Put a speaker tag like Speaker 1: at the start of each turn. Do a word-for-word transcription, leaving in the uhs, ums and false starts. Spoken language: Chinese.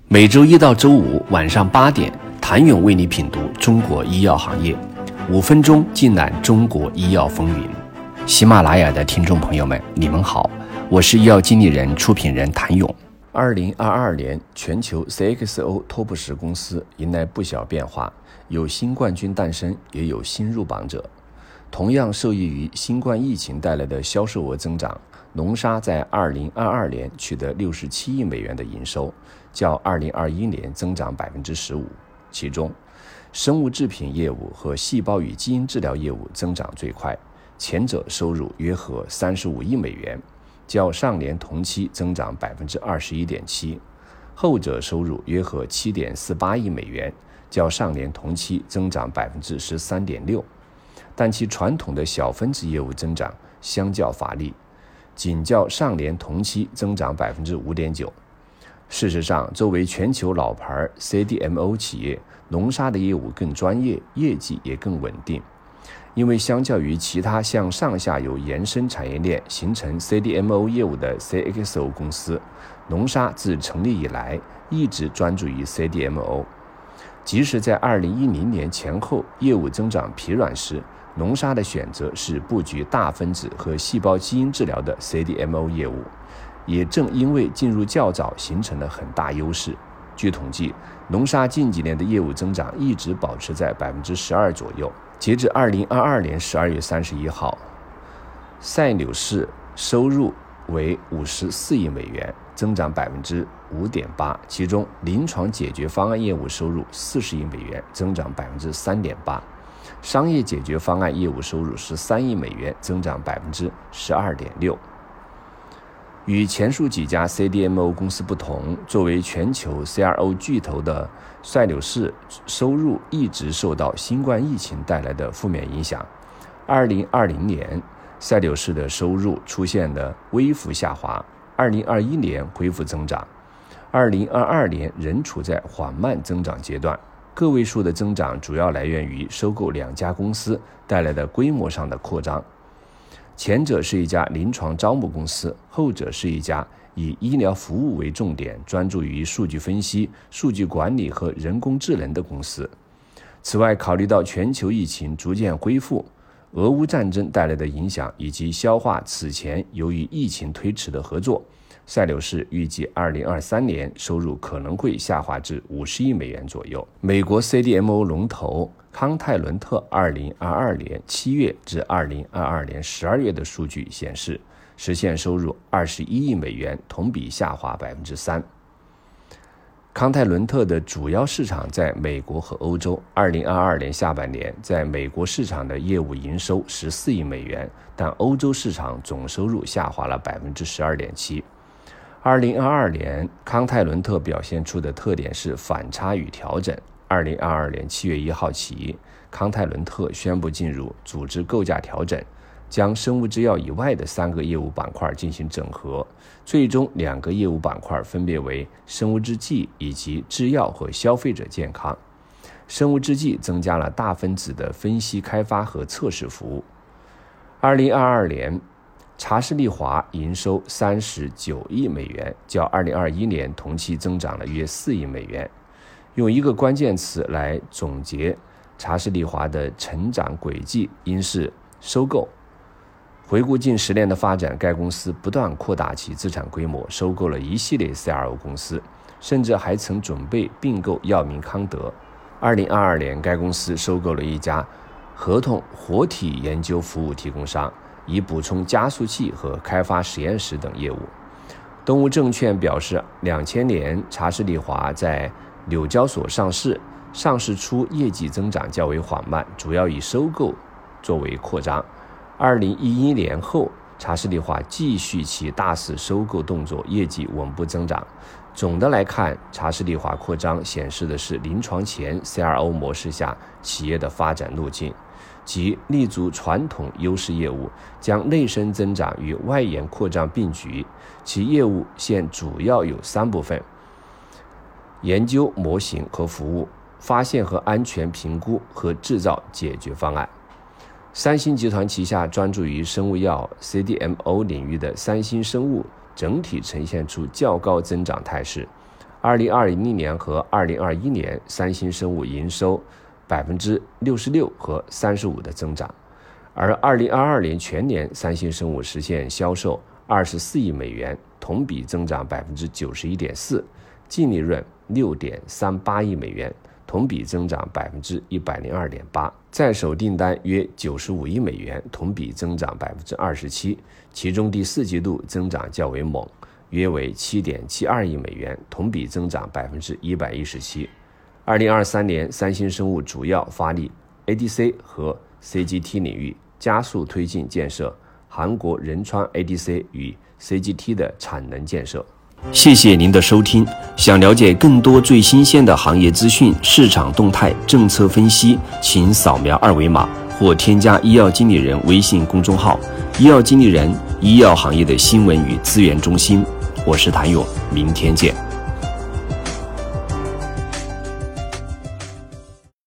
Speaker 1: 每周一到周五晚上八点，谭勇为你品读中国医药行业，五分钟尽览中国医药风云。喜马拉雅的听众朋友们，你们好，我是医药经理人、出品人谭勇。二零二二年，全球 C X O Top 十公司迎来不小变化，有新冠军诞生，也有新入榜者。同样受益于新冠疫情带来的销售额增长，龙沙在二零二二年取得六十七亿美元的营收，较二零二一年增长百分之十五。其中，生物制品业务和细胞与基因治疗业务增长最快，前者收入约合三十五亿美元，较上年同期增长百分之二十一点七，后者收入约合七点四八亿美元，较上年同期增长百分之十三点六。但其传统的小分子业务增长相较乏力，仅较上年同期增长百分之五点九。事实上，作为全球老牌 C D M O 企业，龙沙的业务更专业，业绩也更稳定。因为相较于其他向上下游延伸产业链形成 C D M O 业务的 C X O 公司，龙沙自成立以来一直专注于 C D M O。即使在二零一零年前后业务增长疲软时，龙沙的选择是布局大分子和细胞基因治疗的 C D M O 业务，也正因为进入较早，形成了很大优势。据统计，龙沙近几年的业务增长一直保持在百分之十二左右。截至二零二二年十二月三十一号，赛纽士收入为五十四亿美元，增长百分之五点八，其中临床解决方案业务收入四十亿美元，增长百分之三点八。商业解决方案业务收入十三亿美元，增长百分之十二点六。与前述几家 C D M O 公司不同，作为全球 C R O 巨头的赛纽士收入一直受到新冠疫情带来的负面影响。二零二零年，赛纽士的收入出现了微幅下滑，二零二一年恢复增长，二零二二年仍处在缓慢增长阶段。个位数的增长主要来源于收购两家公司带来的规模上的扩张，前者是一家临床招募公司，后者是一家以医疗服务为重点，专注于数据分析、数据管理和人工智能的公司。此外，考虑到全球疫情逐渐恢复、俄乌战争带来的影响，以及消化此前由于疫情推迟的合作，赛纽士预计二零二三年收入可能会下滑至五十亿美元左右。美国 C D M O 龙头康泰伦特二零二二年七月至二零二二年十二月的数据显示，实现收入二十一亿美元，同比下滑百分之三。康泰伦特的主要市场在美国和欧洲，二零二二年下半年在美国市场的业务营收十四亿美元，但欧洲市场总收入下滑了百分之十二点七。二零二二年，康泰伦特表现出的特点是反差与调整。二零二二年七月一号起，康泰伦特宣布进入组织构架调整，将生物制药以外的三个业务板块进行整合，最终两个业务板块分别为生物制剂以及制药和消费者健康。生物制剂增加了大分子的分析开发和测试服务。二零二二年，查士利华营收三十九亿美元，较二零二一年同期增长了约四亿美元。用一个关键词来总结查士利华的成长轨迹，应是收购。回顾近十年的发展，该公司不断扩大其资产规模，收购了一系列 C R O 公司，甚至还曾准备并购药明康德。二零二二年，该公司收购了一家合同活体研究服务提供商，以补充加速器和开发实验室等业务。东吴证券表示，两千年查士利华在纽交所上市，上市初业绩增长较为缓慢，主要以收购作为扩张。二零一一年后，查士利华继续其大肆收购动作，业绩稳步增长。总的来看，查士利华扩张显示的是临床前 C R O 模式下企业的发展路径，即立足传统优势业务，将内生增长与外延扩张并举。其业务现主要有三部分：研究模型和服务、发现和安全评估和制造解决方案。三星集团旗下专注于生物药 C D M O 领域的三星生物整体呈现出较高增长态势。 二零二零年和二零二一年三星生物营收百分之六十六和三十五的增长，而二零二二年全年三星生物实现销售二十四亿美元，同比增长百分之九十一点四，净利润六点三八亿美元，同比增长百分之一百零二点八，在手订单约九十五亿美元，同比增长百分之二十七，其中第四季度增长较为猛，约为七点七二亿美元，同比增长百分之一百一十七。二零二三年，三星生物主要发力 A D C 和 C G T 领域，加速推进建设韩国仁川 A D C 与 C G T 的产能建设。谢谢您的收听。想了解更多最新鲜的行业资讯、市场动态、政策分析，请扫描二维码或添加医药经理人微信公众号“医药经理人”，医药行业的新闻与资源中心。我是谭勇，明天见。